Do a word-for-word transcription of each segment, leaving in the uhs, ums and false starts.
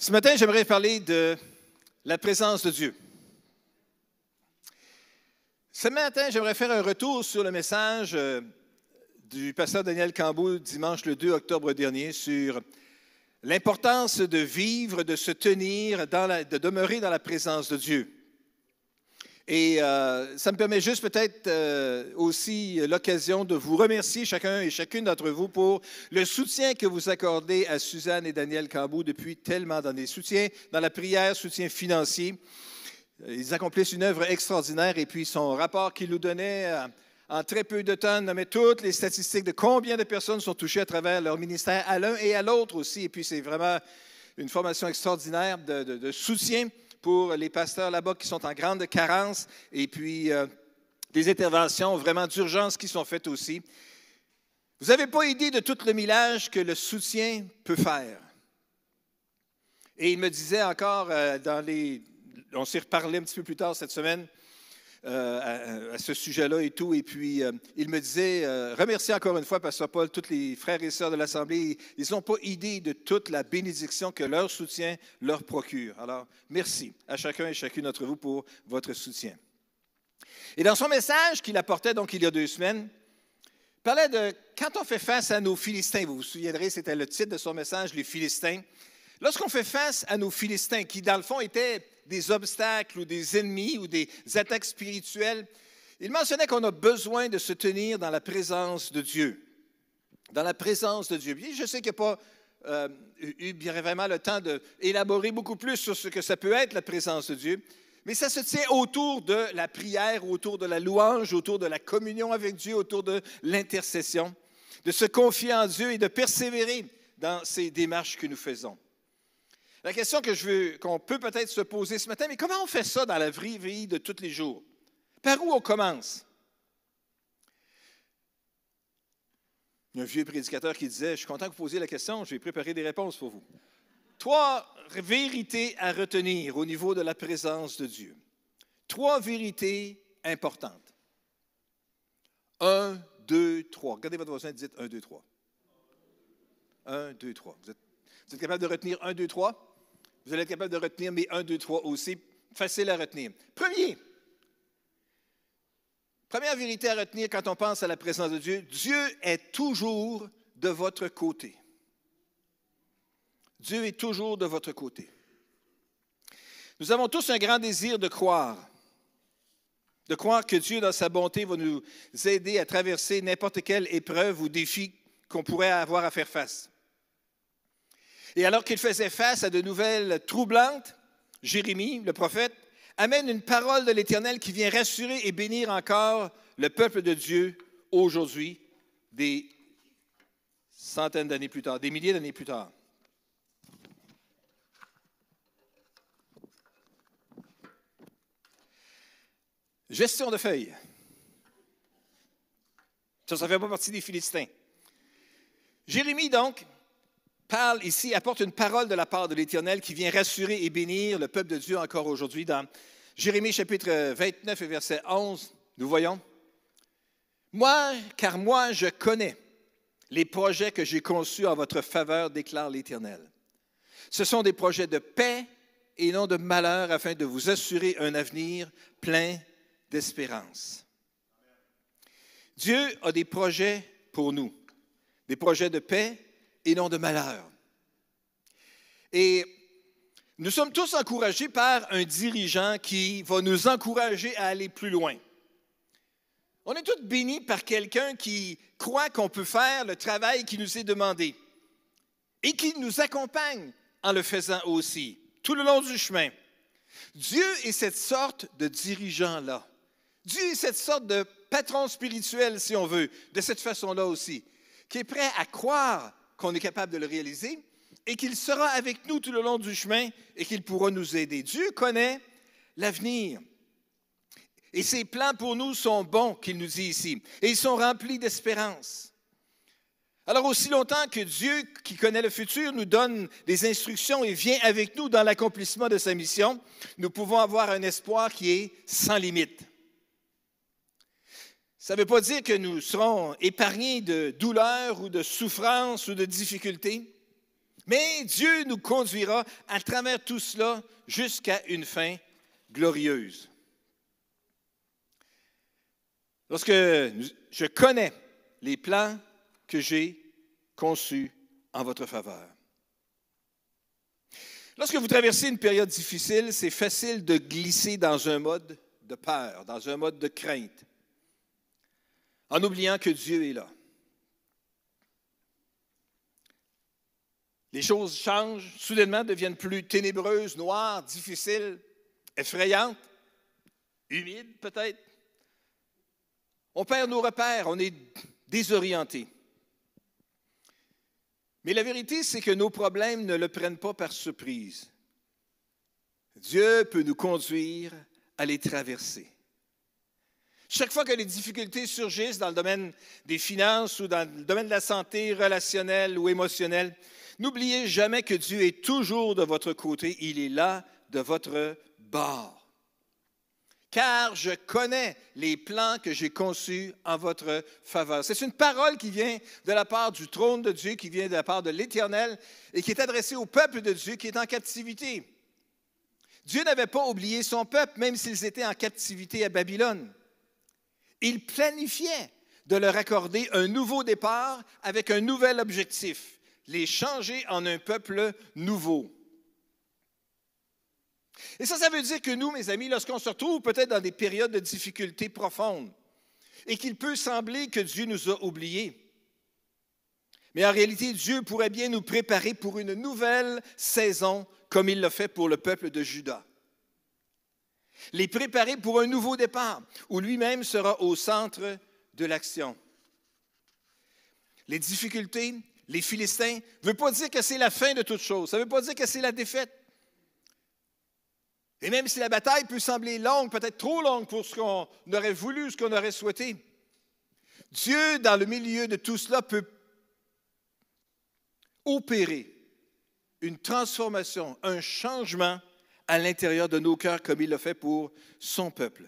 Ce matin, j'aimerais parler de la présence de Dieu. Ce matin, j'aimerais faire un retour sur le message du pasteur Daniel Cambeau dimanche le deux octobre dernier sur l'importance de vivre, de se tenir, dans la, de demeurer dans la présence de Dieu. Et euh, ça me permet juste peut-être euh, aussi l'occasion de vous remercier chacun et chacune d'entre vous pour le soutien que vous accordez à Suzanne et Daniel Cambeau depuis tellement d'années. Soutien dans la prière, soutien financier. Ils accomplissent une œuvre extraordinaire et puis son rapport qu'il nous donnait euh, en très peu de temps nommait toutes les statistiques de combien de personnes sont touchées à travers leur ministère à l'un et à l'autre aussi. Et puis c'est vraiment une formation extraordinaire de, de, de soutien pour les pasteurs là-bas qui sont en grande carence, et puis euh, des interventions vraiment d'urgence qui sont faites aussi. Vous n'avez pas idée de tout le millage que le soutien peut faire. Et il me disait encore, euh, dans les, on s'est reparlé un petit peu plus tard cette semaine, euh, à, à ce sujet-là et tout, et puis euh, il me disait, euh, remerciez encore une fois, pasteur Paul, tous les frères et sœurs de l'Assemblée, ils n'ont pas idée de toute la bénédiction que leur soutien leur procure. Alors, merci à chacun et chacune d'entre vous pour votre soutien. Et dans son message qu'il apportait donc il y a deux semaines, il parlait de quand on fait face à nos Philistins, vous vous souviendrez, c'était le titre de son message, les Philistins. Lorsqu'on fait face à nos Philistins, qui dans le fond étaient des obstacles ou des ennemis ou des attaques spirituelles, il mentionnait qu'on a besoin de se tenir dans la présence de Dieu. Dans la présence de Dieu. Bien, je sais qu'il n'y a pas euh, eu bien vraiment le temps d'élaborer beaucoup plus sur ce que ça peut être la présence de Dieu, mais ça se tient autour de la prière, autour de la louange, autour de la communion avec Dieu, autour de l'intercession, de se confier en Dieu et de persévérer dans ces démarches que nous faisons. La question que je veux, qu'on peut peut-être se poser ce matin, mais comment on fait ça dans la vraie vie de tous les jours? Par où on commence? Il y a un vieux prédicateur qui disait, je suis content que vous posiez la question, je vais préparer des réponses pour vous. Trois vérités à retenir au niveau de la présence de Dieu. Trois vérités importantes. Un, deux, trois. Regardez votre voisin et dites un, deux, trois. Un, deux, trois. Vous êtes, vous êtes capable de retenir un, deux, trois? Vous allez être capable de retenir mes un, deux, trois aussi. Facile à retenir. Premier. Première vérité à retenir quand on pense à la présence de Dieu. Dieu est toujours de votre côté. Dieu est toujours de votre côté. Nous avons tous un grand désir de croire. De croire que Dieu, dans sa bonté, va nous aider à traverser n'importe quelle épreuve ou défi qu'on pourrait avoir à faire face. Et alors qu'il faisait face à de nouvelles troublantes, Jérémie, le prophète, amène une parole de l'Éternel qui vient rassurer et bénir encore le peuple de Dieu aujourd'hui, des centaines d'années plus tard, des milliers d'années plus tard. Gestion de feuilles. Ça, ça ne fait pas partie des Philistins. Jérémie, donc, parle ici, apporte une parole de la part de l'Éternel qui vient rassurer et bénir le peuple de Dieu encore aujourd'hui. Dans Jérémie chapitre vingt-neuf et verset onze, nous voyons, « Moi, car moi je connais les projets que j'ai conçus en votre faveur, déclare l'Éternel. Ce sont des projets de paix et non de malheur afin de vous assurer un avenir plein d'espérance. » Dieu a des projets pour nous, des projets de paix et non de malheur. Et nous sommes tous encouragés par un dirigeant qui va nous encourager à aller plus loin. On est tous bénis par quelqu'un qui croit qu'on peut faire le travail qui nous est demandé et qui nous accompagne en le faisant aussi, tout le long du chemin. Dieu est cette sorte de dirigeant-là. Dieu est cette sorte de patron spirituel, si on veut, de cette façon-là aussi, qui est prêt à croire qu'on est capable de le réaliser et qu'il sera avec nous tout le long du chemin et qu'il pourra nous aider. Dieu connaît l'avenir. Et ses plans pour nous sont bons, qu'il nous dit ici. Et ils sont remplis d'espérance. Alors, aussi longtemps que Dieu, qui connaît le futur, nous donne des instructions et vient avec nous dans l'accomplissement de sa mission, nous pouvons avoir un espoir qui est sans limite. Ça ne veut pas dire que nous serons épargnés de douleurs ou de souffrances ou de difficultés. Mais Dieu nous conduira à travers tout cela jusqu'à une fin glorieuse. Lorsque je connais les plans que j'ai conçus en votre faveur. Lorsque vous traversez une période difficile, c'est facile de glisser dans un mode de peur, dans un mode de crainte, en oubliant que Dieu est là. Les choses changent, soudainement deviennent plus ténébreuses, noires, difficiles, effrayantes, humides peut-être. On perd nos repères, on est désorienté. Mais la vérité, c'est que nos problèmes ne le prennent pas par surprise. Dieu peut nous conduire à les traverser. Chaque fois que les difficultés surgissent dans le domaine des finances ou dans le domaine de la santé relationnelle ou émotionnelle, n'oubliez jamais que Dieu est toujours de votre côté. Il est là, de votre bord. Car je connais les plans que j'ai conçus en votre faveur. C'est une parole qui vient de la part du trône de Dieu, qui vient de la part de l'Éternel et qui est adressée au peuple de Dieu qui est en captivité. Dieu n'avait pas oublié son peuple, même s'ils étaient en captivité à Babylone. Il planifiait de leur accorder un nouveau départ avec un nouvel objectif, les changer en un peuple nouveau. Et ça, ça veut dire que nous, mes amis, lorsqu'on se retrouve peut-être dans des périodes de difficultés profondes et qu'il peut sembler que Dieu nous a oubliés, mais en réalité, Dieu pourrait bien nous préparer pour une nouvelle saison comme il l'a fait pour le peuple de Juda. Les préparer pour un nouveau départ où lui-même sera au centre de l'action. Les difficultés, les Philistins, ne veut pas dire que c'est la fin de toute chose. Ça ne veut pas dire que c'est la défaite. Et même si la bataille peut sembler longue, peut-être trop longue pour ce qu'on aurait voulu, ce qu'on aurait souhaité, Dieu, dans le milieu de tout cela, peut opérer une transformation, un changement à l'intérieur de nos cœurs comme il l'a fait pour son peuple.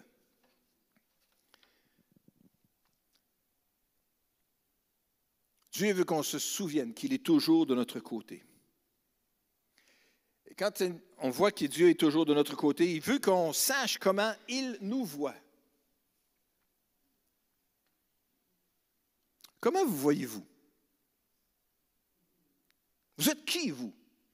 Dieu veut qu'on se souvienne qu'il est toujours de notre côté. Et quand on voit que Dieu est toujours de notre côté, il veut qu'on sache comment il nous voit. Comment vous voyez-vous? Vous êtes qui, vous?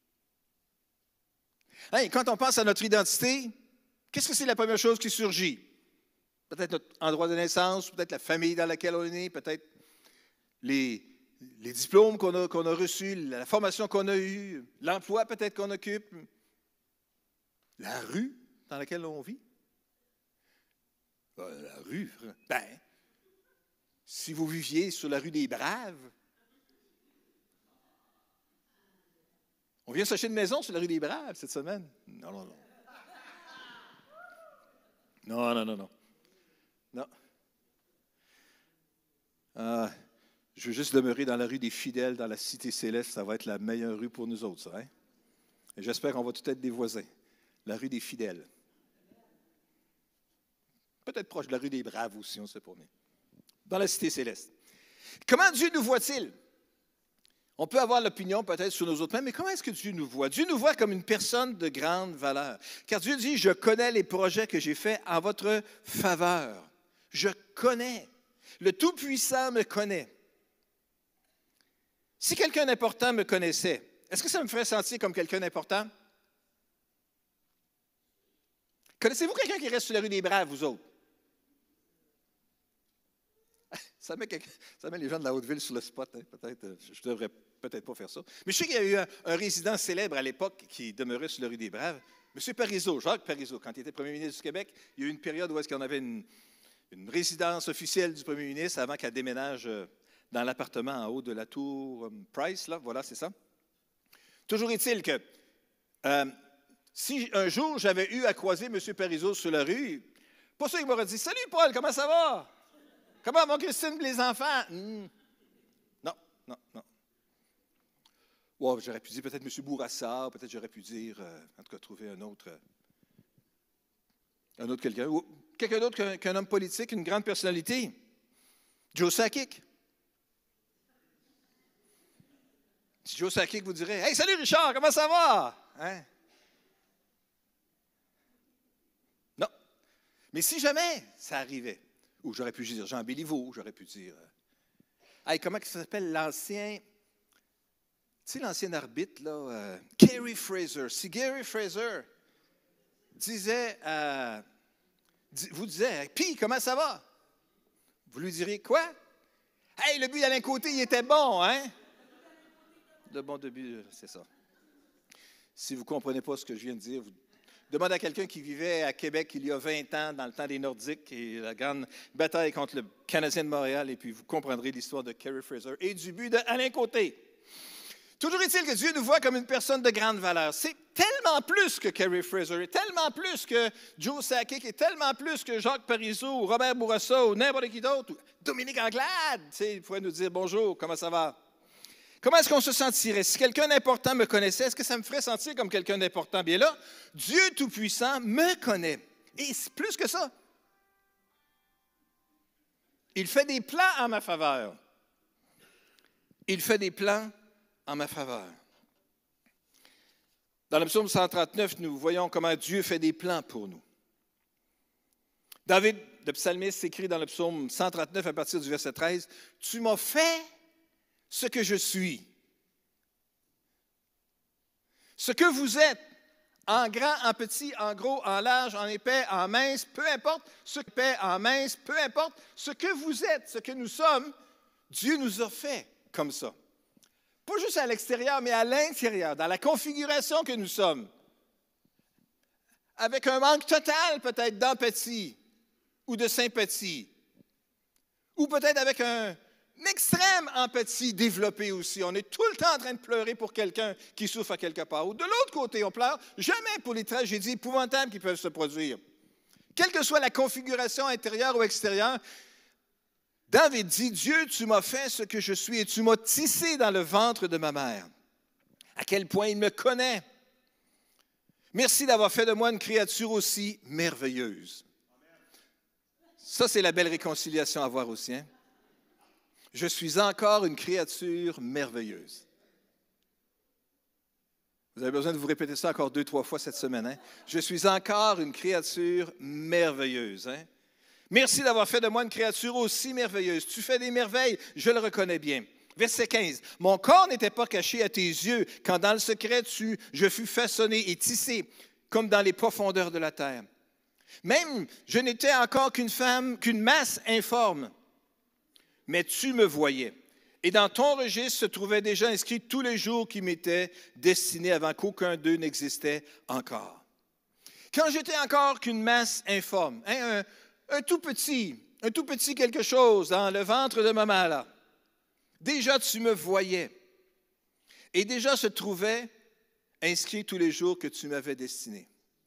Hein, quand on pense à notre identité, qu'est-ce que c'est la première chose qui surgit? Peut-être notre endroit de naissance, peut-être la famille dans laquelle on est né, peut-être les, les diplômes qu'on a, qu'on a reçus, la formation qu'on a eue, l'emploi peut-être qu'on occupe, la rue dans laquelle on vit. Euh, la rue, ben, si vous viviez sur la rue des Braves, on vient s'acheter une maison sur la rue des Braves cette semaine. Non, non, non. Non, non, non, non. Non. Euh, je veux juste demeurer dans la rue des Fidèles, dans la Cité Céleste. Ça va être la meilleure rue pour nous autres, ça. Hein? Et j'espère qu'on va tout être des voisins. La rue des Fidèles. Peut-être proche de la rue des Braves aussi, on ne sait pas. Mais dans la Cité Céleste. Comment Dieu nous voit-il? On peut avoir l'opinion peut-être sur nos autres mains, mais comment est-ce que Dieu nous voit? Dieu nous voit comme une personne de grande valeur. Car Dieu dit, je connais les projets que j'ai faits en votre faveur. Je connais. Le Tout-Puissant me connaît. Si quelqu'un d'important me connaissait, est-ce que ça me ferait sentir comme quelqu'un d'important? Connaissez-vous quelqu'un qui reste sur la rue des Braves, vous autres? Ça met, quelqu'un, ça met les gens de la Haute-Ville sur le spot, hein, peut-être. Je ne devrais peut-être pas faire ça. Mais je sais qu'il y a eu un, un résident célèbre à l'époque qui demeurait sur la rue des Braves, M. Parizeau, Jacques Parizeau. Quand il était premier ministre du Québec, il y a eu une période où est-ce qu'on avait une, une résidence officielle du premier ministre avant qu'elle déménage dans l'appartement en haut de la tour Price. Là. Voilà, c'est ça. Toujours est-il que euh, si un jour j'avais eu à croiser M. Parizeau sur la rue, pas sûr qu'il m'aurait dit « Salut Paul, comment ça va? Comment vont Christine et les enfants? Hmm. » Non, non, non. Wow, j'aurais pu dire peut-être M. Bourassa, peut-être j'aurais pu dire, euh, en tout cas, trouver un autre, euh, un autre quelqu'un, ou quelqu'un d'autre qu'un, qu'un homme politique, une grande personnalité. Joe Sakic. Si Joe Sakic vous dirait « Hey, salut Richard, comment ça va? Hein? » Non. Mais si jamais ça arrivait, ou j'aurais pu dire Jean Béliveau, j'aurais pu dire euh, hey, comment ça s'appelle l'ancien, tu sais, l'ancien arbitre, là, euh, Gary Fraser. Si Gary Fraser disait, euh, vous disait, puis comment ça va? Vous lui diriez quoi? Hey, le but d'Alain Côté, il était bon, hein? Le bon début, c'est ça. Si vous ne comprenez pas ce que je viens de dire, vous demandez à quelqu'un qui vivait à Québec il y a vingt ans, dans le temps des Nordiques, et la grande bataille contre le Canadien de Montréal, et puis vous comprendrez l'histoire de Gary Fraser et du but d'Alain Côté. Toujours est-il que Dieu nous voit comme une personne de grande valeur. C'est tellement plus que Gary Fraser, tellement plus que Joe Sakic, et tellement plus que Jacques Parizeau, ou Robert Bourassa, ou n'importe qui d'autre, ou Dominique Anglade. Tu sais, il pourrait nous dire « Bonjour, comment ça va? » Comment est-ce qu'on se sentirait? Si quelqu'un d'important me connaissait, est-ce que ça me ferait sentir comme quelqu'un d'important? Bien là, Dieu Tout-Puissant me connaît. Et c'est plus que ça. Il fait des plans en ma faveur. Il fait des plans en ma faveur. Dans le psaume cent trente-neuf, nous voyons comment Dieu fait des plans pour nous. David, le psalmiste, écrit dans le psaume cent trente-neuf à partir du verset treize, « Tu m'as fait ce que je suis. Ce que vous êtes, en grand, en petit, en gros, en large, en épais, en mince, peu importe, ce que épais, en mince, peu importe, ce que vous êtes, ce que nous sommes, Dieu nous a fait comme ça. Pas juste à l'extérieur, mais à l'intérieur, dans la configuration que nous sommes. Avec un manque total, peut-être, d'empathie ou de sympathie. Ou peut-être avec un, une extrême empathie développée aussi. On est tout le temps en train de pleurer pour quelqu'un qui souffre à quelque part. Ou de l'autre côté, on pleure jamais pour les tragédies épouvantables qui peuvent se produire. Quelle que soit la configuration intérieure ou extérieure, David dit, « Dieu, tu m'as fait ce que je suis et tu m'as tissé dans le ventre de ma mère. » À quel point il me connaît. Merci d'avoir fait de moi une créature aussi merveilleuse. Ça, c'est la belle réconciliation à voir aussi. Hein? Je suis encore une créature merveilleuse. Vous avez besoin de vous répéter ça encore deux, trois fois cette semaine. Hein? Je suis encore une créature merveilleuse. Hein? Merci d'avoir fait de moi une créature aussi merveilleuse. Tu fais des merveilles, je le reconnais bien. Verset quinze. « Mon corps n'était pas caché à tes yeux, quand dans le secret, tu, je fus façonné et tissé, comme dans les profondeurs de la terre. Même, je n'étais encore qu'une femme, qu'une masse informe, mais tu me voyais. Et dans ton registre se trouvaient déjà inscrits tous les jours qui m'étaient destinés avant qu'aucun d'eux n'existait encore. » Quand j'étais encore qu'une masse informe, hein, un, Un tout petit, un tout petit quelque chose dans le ventre de ma mère, là. Déjà, tu me voyais. Et déjà se trouvait inscrit tous les jours que tu m'avais destiné.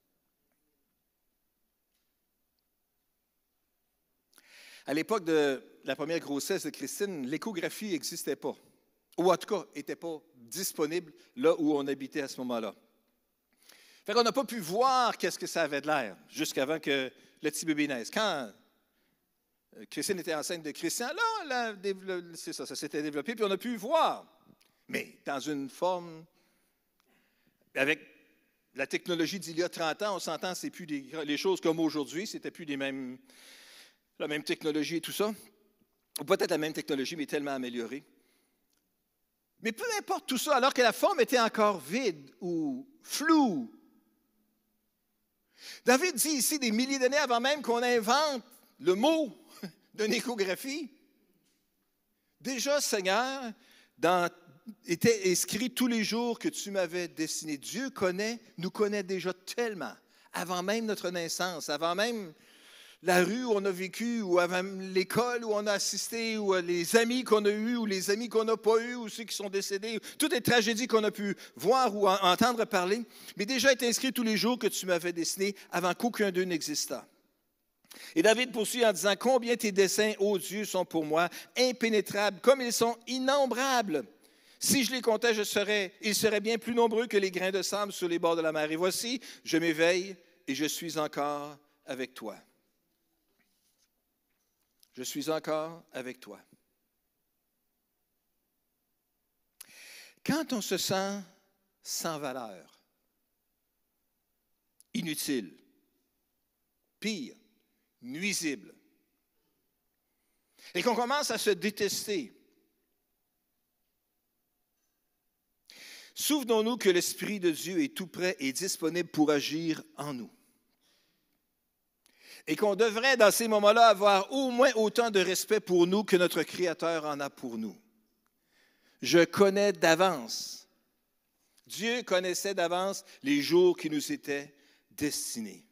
À l'époque de la première grossesse de Christine, l'échographie n'existait pas. Ou en tout cas, n'était pas disponible là où on habitait à ce moment-là. Fait qu'on n'a pas pu voir qu'est-ce que ça avait de l'air jusqu'avant que le petit bébé naisse. Quand Christine était enceinte de Christian, là, là c'est ça, ça s'était développé, puis on a pu voir. Mais dans une forme, avec la technologie d'il y a trente ans, on s'entend, c'est plus des, les choses comme aujourd'hui, c'était plus des mêmes, la même technologie et tout ça. Ou peut-être la même technologie, mais tellement améliorée. Mais peu importe tout ça, alors que la forme était encore vide ou floue. David dit ici, des milliers d'années avant même qu'on invente le mot d'une échographie, déjà, Seigneur, dans, était inscrit tous les jours que tu m'avais destiné. Dieu connaît, nous connaît déjà tellement, avant même notre naissance, avant même la rue où on a vécu, ou avant l'école où on a assisté, ou les amis qu'on a eus, ou les amis qu'on n'a pas eus, ou ceux qui sont décédés, toutes les tragédies qu'on a pu voir ou entendre parler, mais déjà est inscrit tous les jours que tu m'avais destiné avant qu'aucun d'eux n'existât. Et David poursuit en disant, « Combien tes desseins, ô Dieu, sont pour moi impénétrables, comme ils sont innombrables. Si je les comptais, je serais, ils seraient bien plus nombreux que les grains de sable sur les bords de la mer. Et voici, je m'éveille et je suis encore avec toi. » Je suis encore avec toi. Quand on se sent sans valeur, inutile, pire, nuisible, et qu'on commence à se détester, souvenons-nous que l'Esprit de Dieu est tout prêt et disponible pour agir en nous. Et qu'on devrait, dans ces moments-là, avoir au moins autant de respect pour nous que notre Créateur en a pour nous. Je connais d'avance. Dieu connaissait d'avance les jours qui nous étaient destinés.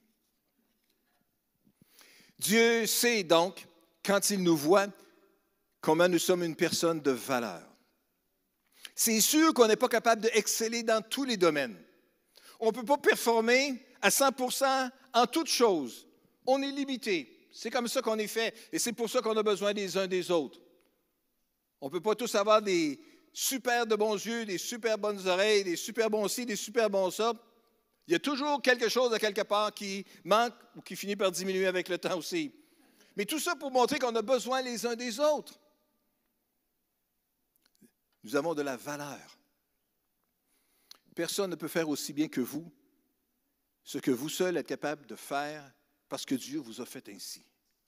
Dieu sait donc, quand il nous voit, comment nous sommes une personne de valeur. C'est sûr qu'on n'est pas capable d'exceller dans tous les domaines. On ne peut pas performer à cent pour cent en toutes choses. On est limité. C'est comme ça qu'on est fait et c'est pour ça qu'on a besoin des uns des autres. On ne peut pas tous avoir des super de bons yeux, des super bonnes oreilles, des super bons ci, des super bons ça. Il y a toujours quelque chose à quelque part qui manque ou qui finit par diminuer avec le temps aussi. Mais tout ça pour montrer qu'on a besoin les uns des autres. Nous avons de la valeur. Personne ne peut faire aussi bien que vous ce que vous seul êtes capable de faire parce que Dieu vous a fait ainsi.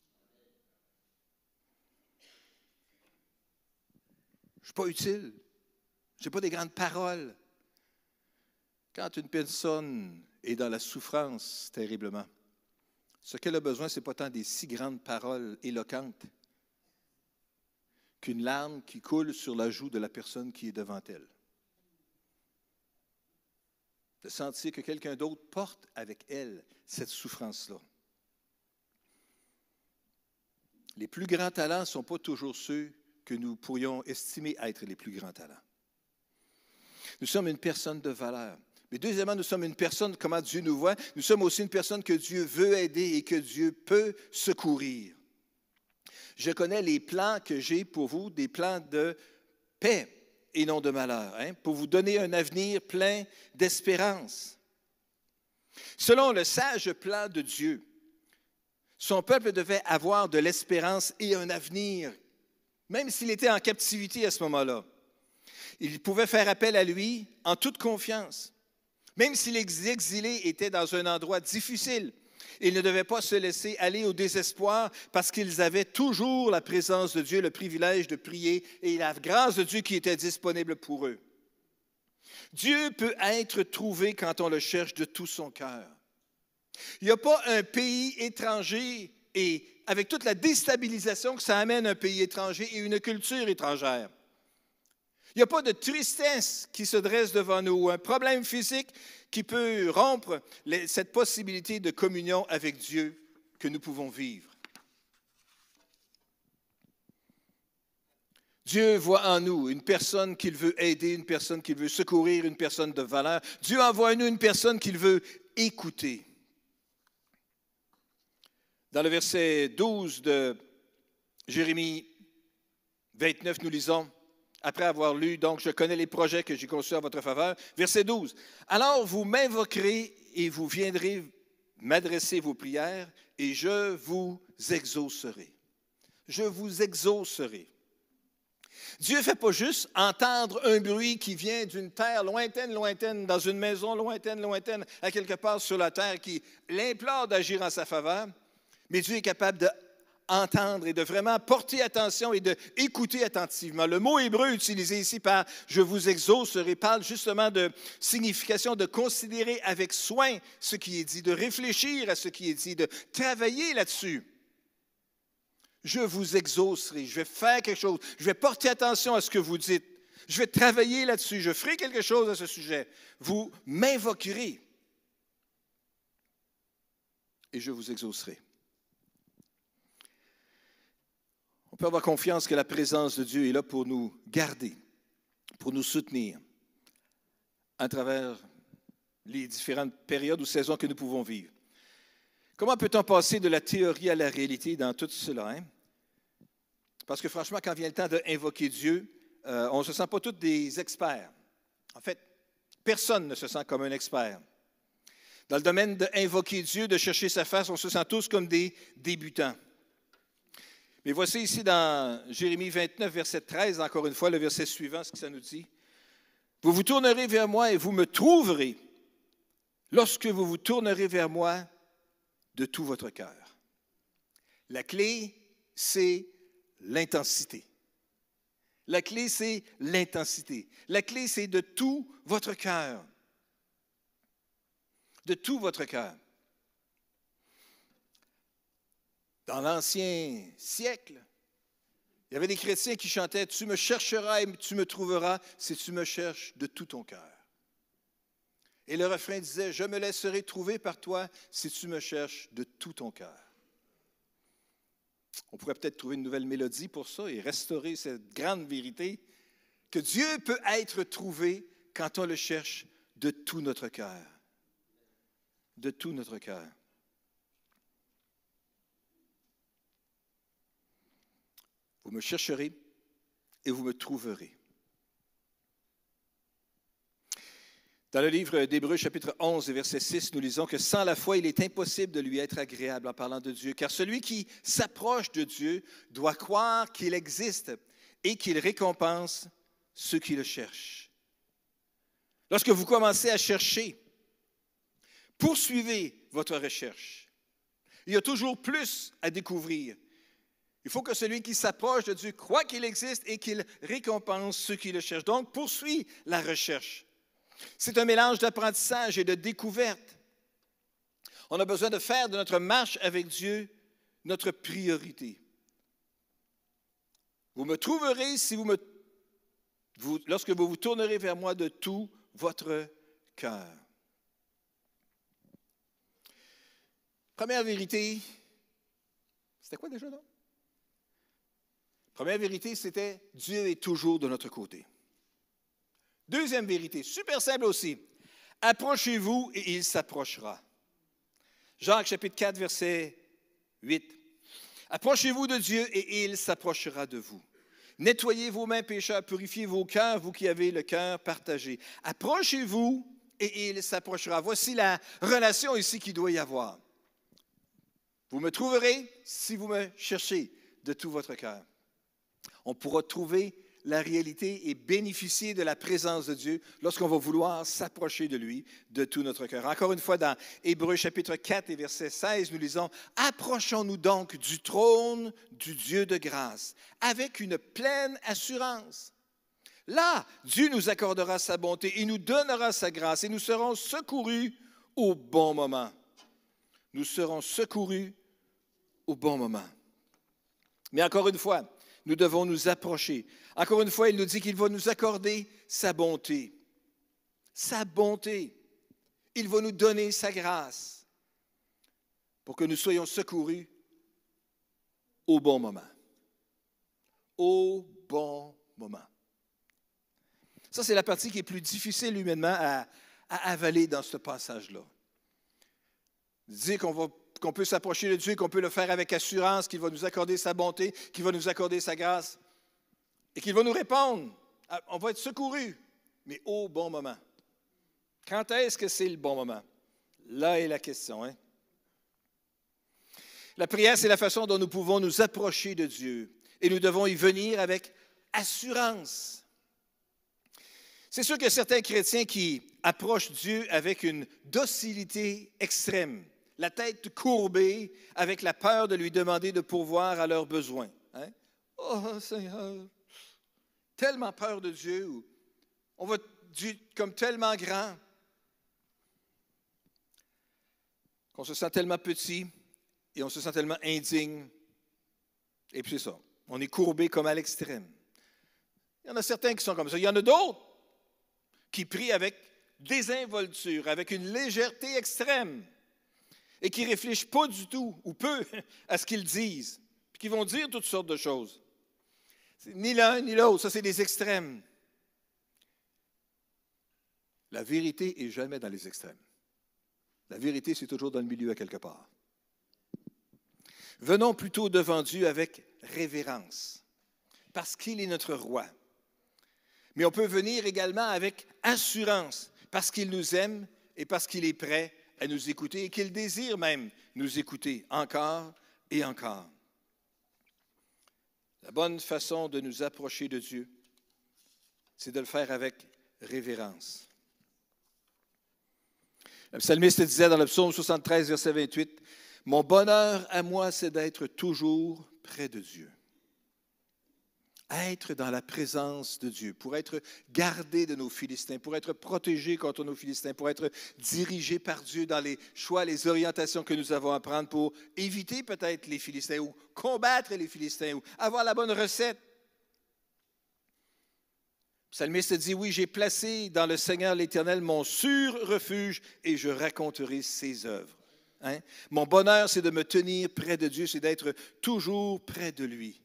Je ne suis pas utile. Je n'ai pas des grandes paroles. Quand une personne est dans la souffrance terriblement, ce qu'elle a besoin, ce n'est pas tant des si grandes paroles éloquentes qu'une larme qui coule sur la joue de la personne qui est devant elle. De sentir que quelqu'un d'autre porte avec elle cette souffrance-là. Les plus grands talents ne sont pas toujours ceux que nous pourrions estimer être les plus grands talents. Nous sommes une personne de valeur. Mais deuxièmement, nous sommes une personne, comment Dieu nous voit, nous sommes aussi une personne que Dieu veut aider et que Dieu peut secourir. Je connais les plans que j'ai pour vous, des plans de paix et non de malheur, hein, pour vous donner un avenir plein d'espérance. Selon le sage plan de Dieu, son peuple devait avoir de l'espérance et un avenir, même s'il était en captivité à ce moment-là. Il pouvait faire appel à lui en toute confiance. Même si les exilés étaient dans un endroit difficile, ils ne devaient pas se laisser aller au désespoir parce qu'ils avaient toujours la présence de Dieu, le privilège de prier et la grâce de Dieu qui était disponible pour eux. Dieu peut être trouvé quand on le cherche de tout son cœur. Il n'y a pas un pays étranger et avec toute la déstabilisation que ça amène un pays étranger et une culture étrangère. Il n'y a pas de tristesse qui se dresse devant nous, ou un problème physique qui peut rompre les, cette possibilité de communion avec Dieu que nous pouvons vivre. Dieu voit en nous une personne qu'il veut aider, une personne qu'il veut secourir, une personne de valeur. Dieu envoie en nous une personne qu'il veut écouter. Dans le verset douze de Jérémie vingt-neuf, nous lisons, après avoir lu, donc, je connais les projets que j'ai conçus en votre faveur. Verset douze. Alors vous m'invoquerez et vous viendrez m'adresser vos prières et je vous exaucerai. Je vous exaucerai. Dieu ne fait pas juste entendre un bruit qui vient d'une terre lointaine, lointaine, dans une maison lointaine, lointaine, à quelque part sur la terre, qui l'implore d'agir en sa faveur, mais Dieu est capable de entendre et de vraiment porter attention et d'écouter attentivement. Le mot hébreu utilisé ici par « je vous exaucerai » parle justement de signification de considérer avec soin ce qui est dit, de réfléchir à ce qui est dit, de travailler là-dessus. Je vous exaucerai, je vais faire quelque chose, je vais porter attention à ce que vous dites, je vais travailler là-dessus, je ferai quelque chose à ce sujet. Vous m'invoquerez et je vous exaucerai. On peut avoir confiance que la présence de Dieu est là pour nous garder, pour nous soutenir à travers les différentes périodes ou saisons que nous pouvons vivre. Comment peut-on passer de la théorie à la réalité dans tout cela? Hein? Parce que franchement, quand vient le temps d'invoquer Dieu, euh, on ne se sent pas tous des experts. En fait, personne ne se sent comme un expert. Dans le domaine d'invoquer Dieu, de chercher sa face, on se sent tous comme des débutants. Mais voici ici dans Jérémie vingt-neuf, verset treize, encore une fois, le verset suivant, ce que ça nous dit. Vous vous tournerez vers moi et vous me trouverez lorsque vous vous tournerez vers moi de tout votre cœur. La clé, c'est l'intensité. La clé, c'est l'intensité. La clé, c'est de tout votre cœur. De tout votre cœur. Dans l'ancien siècle, il y avait des chrétiens qui chantaient « Tu me chercheras et tu me trouveras si tu me cherches de tout ton cœur. » Et le refrain disait « Je me laisserai trouver par toi si tu me cherches de tout ton cœur. » On pourrait peut-être trouver une nouvelle mélodie pour ça et restaurer cette grande vérité que Dieu peut être trouvé quand on le cherche de tout notre cœur. De tout notre cœur. Vous me chercherez et vous me trouverez. Dans le livre d'Hébreux, chapitre onze, verset six, nous lisons que sans la foi, il est impossible de lui être agréable en parlant de Dieu, car celui qui s'approche de Dieu doit croire qu'il existe et qu'il récompense ceux qui le cherchent. Lorsque vous commencez à chercher, poursuivez votre recherche. Il y a toujours plus à découvrir. Il faut que celui qui s'approche de Dieu croit qu'il existe et qu'il récompense ceux qui le cherchent. Donc, poursuis la recherche. C'est un mélange d'apprentissage et de découverte. On a besoin de faire de notre marche avec Dieu notre priorité. Vous me trouverez si vous me, vous, lorsque vous vous tournerez vers moi de tout votre cœur. Première vérité, c'était quoi déjà là? Première vérité, c'était Dieu est toujours de notre côté. Deuxième vérité, super simple aussi. Approchez-vous et il s'approchera. Jacques chapitre quatre, verset huit. Approchez-vous de Dieu et il s'approchera de vous. Nettoyez vos mains, pécheurs, purifiez vos cœurs, vous qui avez le cœur partagé. Approchez-vous et il s'approchera. Voici la relation ici qu'il doit y avoir. Vous me trouverez si vous me cherchez de tout votre cœur. On pourra trouver la réalité et bénéficier de la présence de Dieu lorsqu'on va vouloir s'approcher de lui de tout notre cœur. Encore une fois, dans Hébreux chapitre quatre et verset seize, nous lisons « Approchons-nous donc du trône du Dieu de grâce avec une pleine assurance. Là, Dieu nous accordera sa bonté et nous donnera sa grâce et nous serons secourus au bon moment. » Nous serons secourus au bon moment. Mais encore une fois, nous devons nous approcher. Encore une fois, il nous dit qu'il va nous accorder sa bonté. Sa bonté. Il va nous donner sa grâce pour que nous soyons secourus au bon moment. Au bon moment. Ça, c'est la partie qui est plus difficile humainement à, à avaler dans ce passage-là. Dire qu'on va qu'on peut s'approcher de Dieu, qu'on peut le faire avec assurance, qu'il va nous accorder sa bonté, qu'il va nous accorder sa grâce et qu'il va nous répondre. On va être secourus, mais au bon moment. Quand est-ce que c'est le bon moment? Là est la question. Hein? La prière, c'est la façon dont nous pouvons nous approcher de Dieu et nous devons y venir avec assurance. C'est sûr qu'il y a certains chrétiens qui approchent Dieu avec une docilité extrême. La tête courbée, avec la peur de lui demander de pourvoir à leurs besoins. Hein? Oh Seigneur, tellement peur de Dieu, on voit Dieu comme tellement grand, qu'on se sent tellement petit et on se sent tellement indigne. Et puis c'est ça, on est courbé comme à l'extrême. Il y en a certains qui sont comme ça. Il y en a d'autres qui prient avec désinvolture, avec une légèreté extrême. Et qui ne réfléchissent pas du tout, ou peu, à ce qu'ils disent, puis qui vont dire toutes sortes de choses. C'est ni l'un ni l'autre, ça c'est des extrêmes. La vérité n'est jamais dans les extrêmes. La vérité, c'est toujours dans le milieu à quelque part. Venons plutôt devant Dieu avec révérence, parce qu'il est notre roi. Mais on peut venir également avec assurance, parce qu'il nous aime et parce qu'il est prêt à nous écouter et qu'il désire même nous écouter encore et encore. La bonne façon de nous approcher de Dieu, c'est de le faire avec révérence. Le psalmiste disait dans le psaume soixante-treize, verset vingt-huit, « Mon bonheur à moi, c'est d'être toujours près de Dieu. » Être dans la présence de Dieu, pour être gardé de nos Philistins, pour être protégé contre nos Philistins, pour être dirigé par Dieu dans les choix, les orientations que nous avons à prendre pour éviter peut-être les Philistins ou combattre les Philistins ou avoir la bonne recette. Le psalmiste dit, oui, j'ai placé dans le Seigneur l'Éternel mon sûr refuge et je raconterai ses œuvres. Hein? Mon bonheur, c'est de me tenir près de Dieu, c'est d'être toujours près de lui.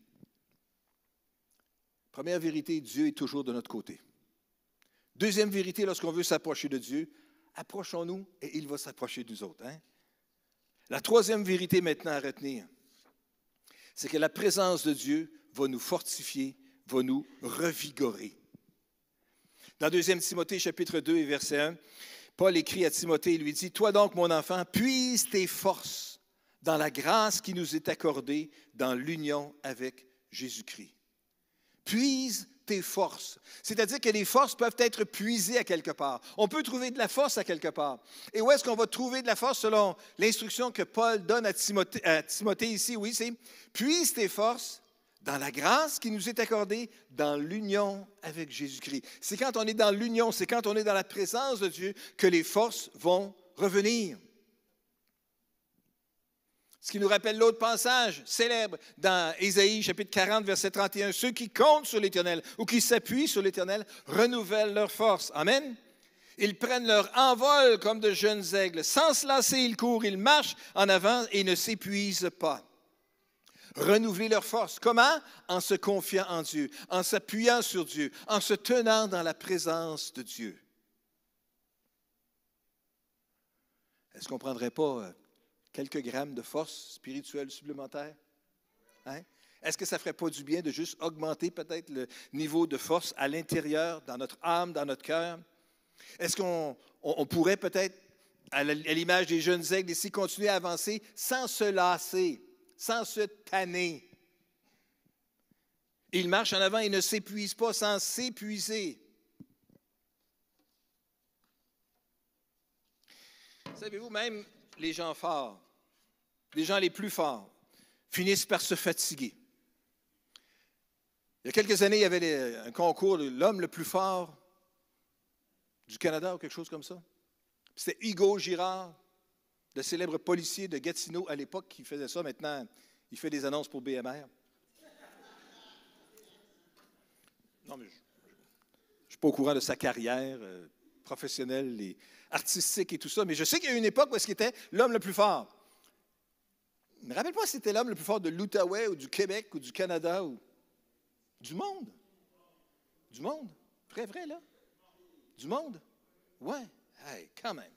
Première vérité, Dieu est toujours de notre côté. Deuxième vérité, lorsqu'on veut s'approcher de Dieu, approchons-nous et il va s'approcher de nous autres. Hein? La troisième vérité maintenant à retenir, c'est que la présence de Dieu va nous fortifier, va nous revigorer. Dans deuxième Timothée, chapitre deux et verset un, Paul écrit à Timothée, il lui dit, « Toi donc, mon enfant, puise tes forces dans la grâce qui nous est accordée dans l'union avec Jésus-Christ. » Puise tes forces. C'est-à-dire que les forces peuvent être puisées à quelque part. On peut trouver de la force à quelque part. Et où est-ce qu'on va trouver de la force selon l'instruction que Paul donne à Timothée, à Timothée ici? Oui, c'est « Puise tes forces dans la grâce qui nous est accordée dans l'union avec Jésus-Christ. » C'est quand on est dans l'union, c'est quand on est dans la présence de Dieu que les forces vont revenir. Ce qui nous rappelle l'autre passage célèbre dans Ésaïe, chapitre quarante, verset trente et un. « Ceux qui comptent sur l'Éternel ou qui s'appuient sur l'Éternel renouvellent leur force. » Amen. Ils prennent leur envol comme de jeunes aigles. Sans se lasser, ils courent, ils marchent en avant et ne s'épuisent pas. Renouveler leur force. Comment? En se confiant en Dieu, en s'appuyant sur Dieu, en se tenant dans la présence de Dieu. Est-ce qu'on ne prendrait pas quelques grammes de force spirituelle supplémentaire? Hein? Est-ce que ça ne ferait pas du bien de juste augmenter peut-être le niveau de force à l'intérieur, dans notre âme, dans notre cœur? Est-ce qu'on on, on pourrait peut-être, à l'image des jeunes aigles ici, continuer à avancer sans se lasser, sans se tanner? Ils marchent en avant et ne s'épuisent pas sans s'épuiser. Savez-vous, même les gens forts, les gens les plus forts, finissent par se fatiguer. Il y a quelques années, il y avait un concours de l'homme le plus fort du Canada ou quelque chose comme ça. C'était Hugo Girard, le célèbre policier de Gatineau à l'époque, qui faisait ça. Maintenant, il fait des annonces pour B M R. Non, mais je ne suis pas au courant de sa carrière euh, professionnelle et artistique et tout ça, mais je sais qu'il y a eu une époque où il était l'homme le plus fort. Je ne me rappelle pas si c'était l'homme le plus fort de l'Outaouais ou du Québec ou du Canada ou du monde. Du monde. Vrai, vrai, là? Du monde? Ouais. Hey, quand même.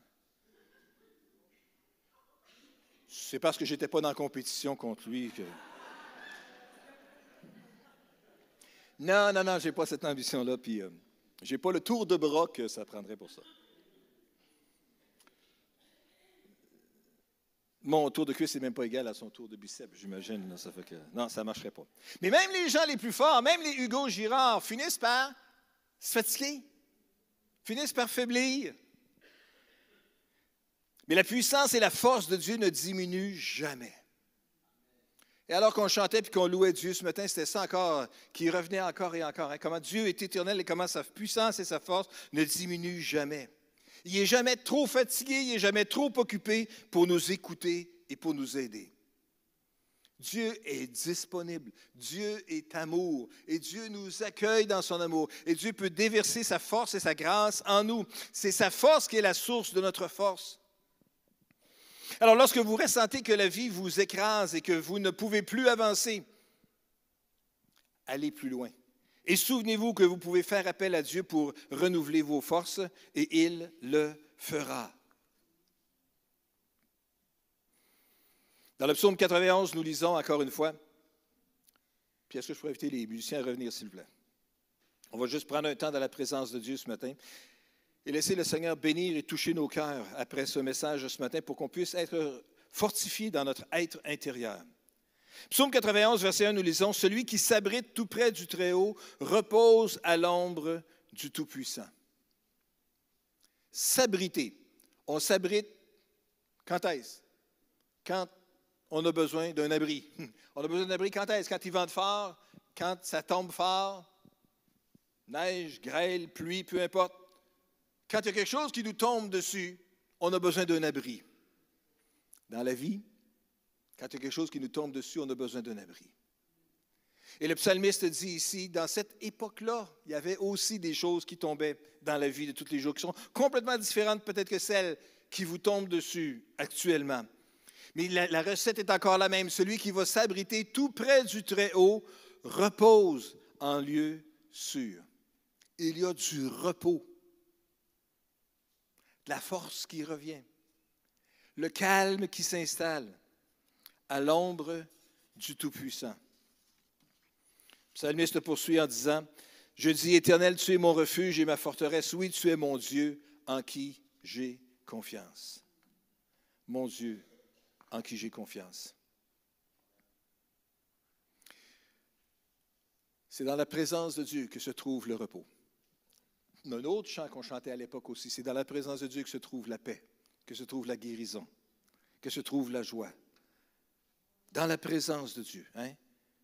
C'est parce que je n'étais pas dans la compétition contre lui que... Non, non, non, je n'ai pas cette ambition-là, puis euh, je n'ai pas le tour de bras que ça prendrait pour ça. Mon tour de cuisse n'est même pas égal à son tour de biceps, j'imagine. Ça fait que, non, ça ne marcherait pas. Mais même les gens les plus forts, même les Hugo Girard, finissent par se fatiguer, finissent par faiblir. Mais la puissance et la force de Dieu ne diminuent jamais. Et alors qu'on chantait et qu'on louait Dieu ce matin, c'était ça encore qui revenait encore et encore. Hein? Comment Dieu est éternel et comment sa puissance et sa force ne diminuent jamais. Il n'est jamais trop fatigué, il n'est jamais trop occupé pour nous écouter et pour nous aider. Dieu est disponible, Dieu est amour et Dieu nous accueille dans son amour. Et Dieu peut déverser sa force et sa grâce en nous. C'est sa force qui est la source de notre force. Alors lorsque vous ressentez que la vie vous écrase et que vous ne pouvez plus avancer, allez plus loin. Et souvenez-vous que vous pouvez faire appel à Dieu pour renouveler vos forces et il le fera. Dans le psaume quatre-vingt-onze, nous lisons encore une fois, puis est-ce que je pourrais inviter les musiciens à revenir, s'il vous plaît? On va juste prendre un temps dans la présence de Dieu ce matin et laisser le Seigneur bénir et toucher nos cœurs après ce message ce matin pour qu'on puisse être fortifiés dans notre être intérieur. Psaume quatre-vingt-onze, verset un, nous lisons « Celui qui s'abrite tout près du Très-Haut repose à l'ombre du Tout-Puissant. » s'abriter. On s'abrite quand est-ce? Quand on a besoin d'un abri. On a besoin d'un abri quand est-ce? Quand il vente fort, quand ça tombe fort, neige, grêle, pluie, peu importe. Quand il y a quelque chose qui nous tombe dessus, on a besoin d'un abri. Dans la vie, quand il y a quelque chose qui nous tombe dessus, on a besoin d'un abri. Et le psalmiste dit ici, dans cette époque-là, il y avait aussi des choses qui tombaient dans la vie de tous les jours, qui sont complètement différentes peut-être que celles qui vous tombent dessus actuellement. Mais la, la recette est encore la même. Celui qui va s'abriter tout près du Très-Haut repose en lieu sûr. Il y a du repos, de la force qui revient, le calme qui s'installe à l'ombre du Tout-Puissant. Le psalmiste poursuit en disant, « Je dis, Éternel, tu es mon refuge et ma forteresse. Oui, tu es mon Dieu en qui j'ai confiance. » Mon Dieu en qui j'ai confiance. C'est dans la présence de Dieu que se trouve le repos. Un autre chant qu'on chantait à l'époque aussi, c'est dans la présence de Dieu que se trouve la paix, que se trouve la guérison, que se trouve la joie. Dans la présence de Dieu. Hein?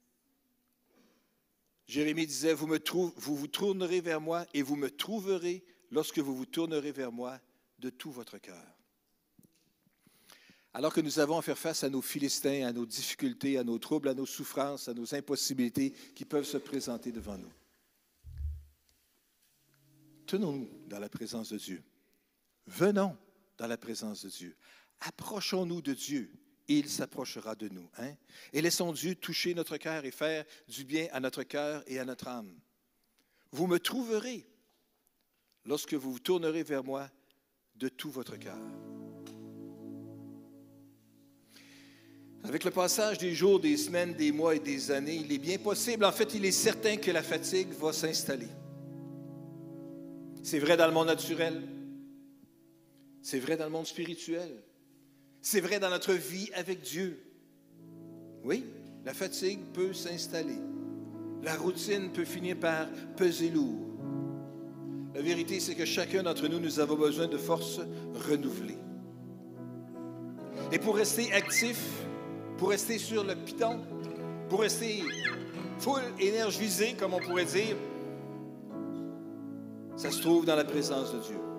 Jérémie disait, vous, me trou- vous vous tournerez vers moi et vous me trouverez lorsque vous vous tournerez vers moi de tout votre cœur. Alors que nous avons à faire face à nos Philistins, à nos difficultés, à nos troubles, à nos souffrances, à nos impossibilités qui peuvent se présenter devant nous. Tenons-nous dans la présence de Dieu. Venons dans la présence de Dieu. Approchons-nous de Dieu et il s'approchera de nous. Hein? Et laissons Dieu toucher notre cœur et faire du bien à notre cœur et à notre âme. Vous me trouverez lorsque vous vous tournerez vers moi de tout votre cœur. Avec le passage des jours, des semaines, des mois et des années, il est bien possible, en fait, il est certain que la fatigue va s'installer. C'est vrai dans le monde naturel, c'est vrai dans le monde spirituel, c'est vrai dans notre vie avec Dieu. Oui, la fatigue peut s'installer. La routine peut finir par peser lourd. La vérité, c'est que chacun d'entre nous, nous avons besoin de forces renouvelées. Et pour rester actif, pour rester sur le piton, pour rester full énergisé, comme on pourrait dire, ça se trouve dans la présence de Dieu.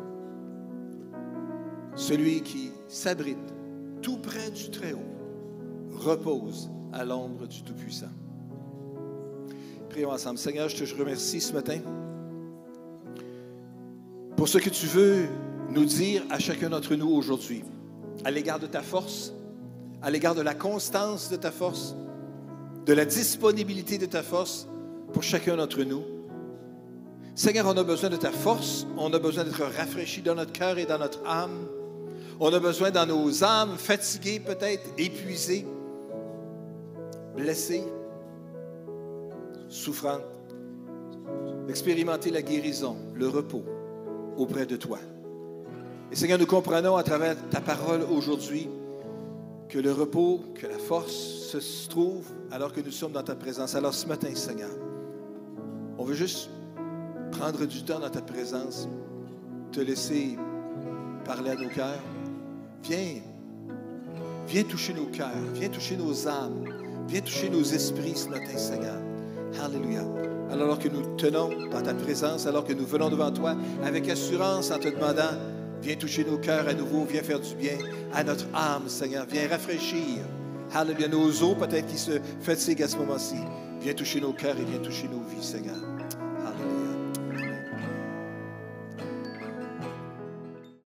Celui qui s'abrite tout près du Très-Haut repose à l'ombre du Tout-Puissant. Prions ensemble. Seigneur, je te remercie ce matin pour ce que tu veux nous dire à chacun d'entre nous aujourd'hui, à l'égard de ta force, à l'égard de la constance de ta force, de la disponibilité de ta force pour chacun d'entre nous. Seigneur, on a besoin de ta force, on a besoin d'être rafraîchi dans notre cœur et dans notre âme. On a besoin dans nos âmes, fatiguées peut-être, épuisées, blessées, souffrantes, d'expérimenter la guérison, le repos auprès de toi. Et Seigneur, nous comprenons à travers ta parole aujourd'hui que le repos, que la force se trouve alors que nous sommes dans ta présence. Alors ce matin, Seigneur, on veut juste prendre du temps dans ta présence, te laisser parler à nos cœurs. Viens, viens toucher nos cœurs, viens toucher nos âmes, viens toucher nos esprits ce matin, Seigneur. Alléluia. Alors que nous tenons dans ta présence, alors que nous venons devant toi avec assurance en te demandant, viens toucher nos cœurs à nouveau, viens faire du bien à notre âme, Seigneur. Viens rafraîchir, alléluia, nos os peut-être qui se fatiguent à ce moment-ci. Viens toucher nos cœurs et viens toucher nos vies, Seigneur.